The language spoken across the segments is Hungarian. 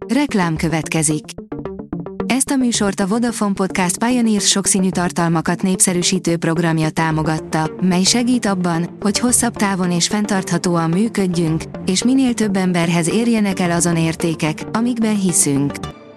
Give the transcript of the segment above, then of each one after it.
Reklám következik. Ezt a műsort a Vodafone Podcast Pioneers sokszínű tartalmakat népszerűsítő programja támogatta, mely segít abban, hogy hosszabb távon és fenntarthatóan működjünk, és minél több emberhez érjenek el azon értékek, amikben hiszünk.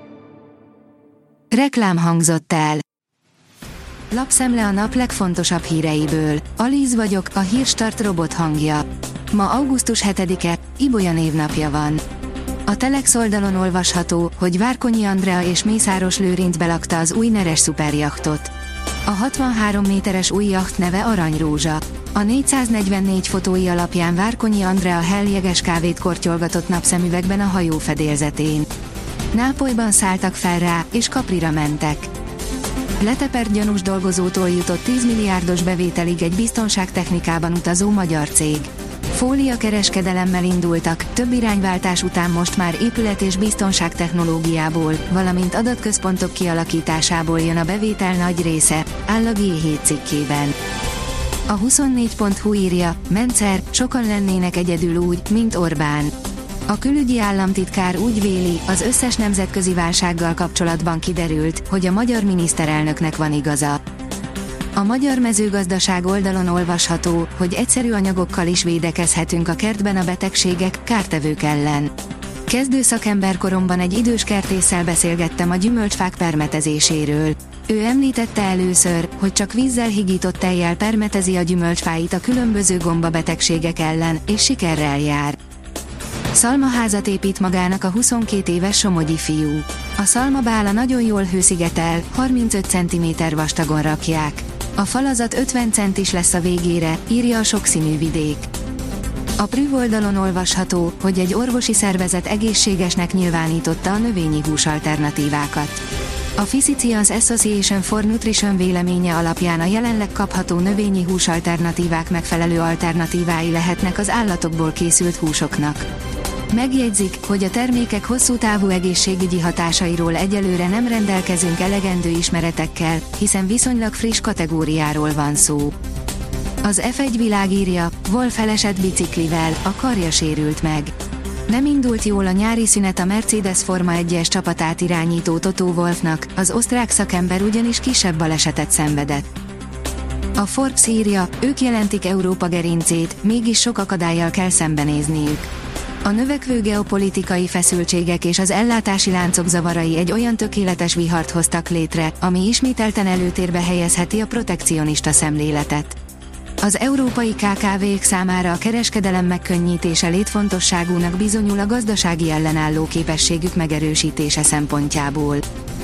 Reklám hangzott el. Lapszemle a nap legfontosabb híreiből. Alíz vagyok, a Hírstart robot hangja. Ma augusztus 7-e, Ibolya névnapja van. A Telex oldalon olvasható, hogy Várkonyi Andrea és Mészáros Lőrinc belakta az új Neres szuperjachtot. A 63 méteres új jacht neve Aranyrózsa. A 444 fotói alapján Várkonyi Andrea helljeges kávét kortyolgatott napszemüvegben a hajó fedélzetén. Nápolyban szálltak fel rá, és Caprira mentek. Letepert gyanús dolgozótól jutott 10 milliárdos bevételig egy biztonságtechnikában utazó magyar cég. Fóliakereskedelemmel indultak, több irányváltás után most már épület- és biztonságtechnológiából, valamint adatközpontok kialakításából jön a bevétel nagy része, áll a G7 cikkében. A 24.hu írja, Mencer, sokan lennének egyedül úgy, mint Orbán. A külügyi államtitkár úgy véli, az összes nemzetközi válsággal kapcsolatban kiderült, hogy a magyar miniszterelnöknek van igaza. A Magyar Mezőgazdaság oldalon olvasható, hogy egyszerű anyagokkal is védekezhetünk a kertben a betegségek, kártevők ellen. Kezdő szakemberkoromban egy idős kertésszel beszélgettem a gyümölcsfák permetezéséről. Ő említette először, hogy csak vízzel higított tejjel permetezi a gyümölcsfáit a különböző gombabetegségek ellen, és sikerrel jár. Szalmaházat épít magának a 22 éves somogyi fiú. A szalmabála nagyon jól hőszigetel, 35 cm vastagon rakják. A falazat 50 centis lesz a végére, írja a sokszínű vidék. A Prüv oldalon olvasható, hogy egy orvosi szervezet egészségesnek nyilvánította a növényi hús alternatívákat. A Physicians Association for Nutrition véleménye alapján a jelenleg kapható növényi hús alternatívák megfelelő alternatívái lehetnek az állatokból készült húsoknak. Megjegyzik, hogy a termékek hosszú távú egészségügyi hatásairól egyelőre nem rendelkezünk elegendő ismeretekkel, hiszen viszonylag friss kategóriáról van szó. Az F1 világ írja, Wolff elesett biciklivel, a karja sérült meg. Nem indult jól a nyári szünet a Mercedes Forma 1-es csapatát irányító Toto Wolffnak, az osztrák szakember ugyanis kisebb balesetet szenvedett. A Forbes írja, ők jelentik Európa gerincét, mégis sok akadállyal kell szembenézniük. A növekvő geopolitikai feszültségek és az ellátási láncok zavarai egy olyan tökéletes vihart hoztak létre, ami ismételten előtérbe helyezheti a protekcionista szemléletet. Az európai KKV-k számára a kereskedelem megkönnyítése létfontosságúnak bizonyul a gazdasági ellenálló képességük megerősítése szempontjából.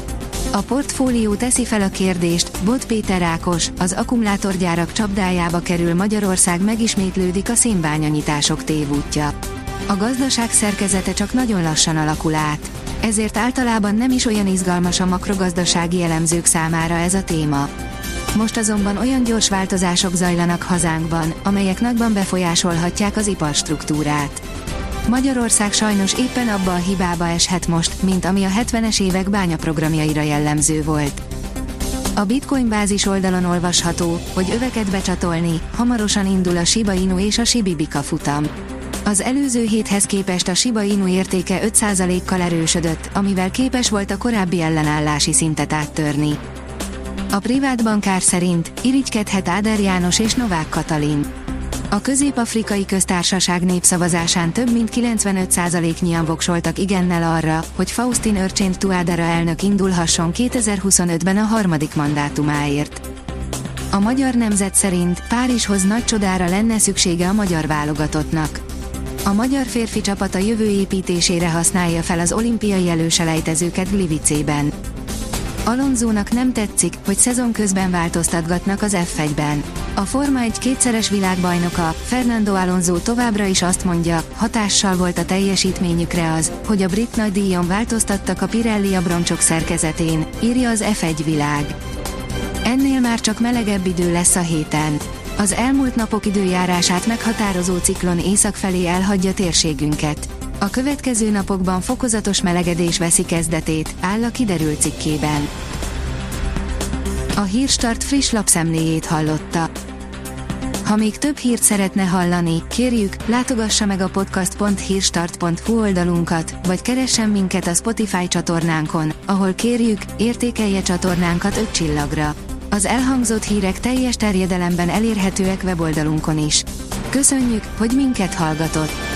A Portfólió teszi fel a kérdést, Bot Péter Ákos, az akkumulátorgyárak csapdájába kerül Magyarország, megismétlődik a szénbányanyitások tévútja. A gazdaság szerkezete csak nagyon lassan alakul át. Ezért általában nem is olyan izgalmas a makrogazdasági elemzők számára ez a téma. Most azonban olyan gyors változások zajlanak hazánkban, amelyek nagyban befolyásolhatják az iparstruktúrát. Magyarország sajnos éppen abba a hibába eshet most, mint ami a 70-es évek bányaprogramjaira jellemző volt. A Bitcoin bázis oldalon olvasható, hogy öveket becsatolni, hamarosan indul a Shiba Inu és a Shibibika futam. Az előző héthez képest a Shiba Inu értéke 5%-kal erősödött, amivel képes volt a korábbi ellenállási szintet áttörni. A privát bankár szerint irigykedhet Áder János és Novák Katalin. A Közép-Afrikai Köztársaság népszavazásán több mint 95%-nyian voksoltak igennel arra, hogy Faustin Archange Touadéra elnök indulhasson 2025-ben a harmadik mandátumáért. A Magyar Nemzet szerint Párizshoz nagy csodára lenne szüksége a magyar válogatottnak. A magyar férfi csapat a jövő építésére használja fel az olimpiai előselejtezőket Glivicében. Alonzónak nem tetszik, hogy szezon közben változtatgatnak az F1-ben. A Forma 1 kétszeres világbajnoka, Fernando Alonso továbbra is azt mondja, hatással volt a teljesítményükre az, hogy a brit nagydíjon változtattak a Pirelli abroncsok szerkezetén, írja az F1 világ. Ennél már csak melegebb idő lesz a héten. Az elmúlt napok időjárását meghatározó ciklon észak felé elhagyja térségünket. A következő napokban fokozatos melegedés veszi kezdetét, áll a Kiderült cikkében. A Hírstart friss lapszemléjét hallotta. Ha még több hírt szeretne hallani, kérjük, látogassa meg a podcast.hírstart.hu oldalunkat, vagy keressen minket a Spotify csatornánkon, ahol kérjük, értékelje csatornánkat 5 csillagra. Az elhangzott hírek teljes terjedelemben elérhetőek weboldalunkon is. Köszönjük, hogy minket hallgatott!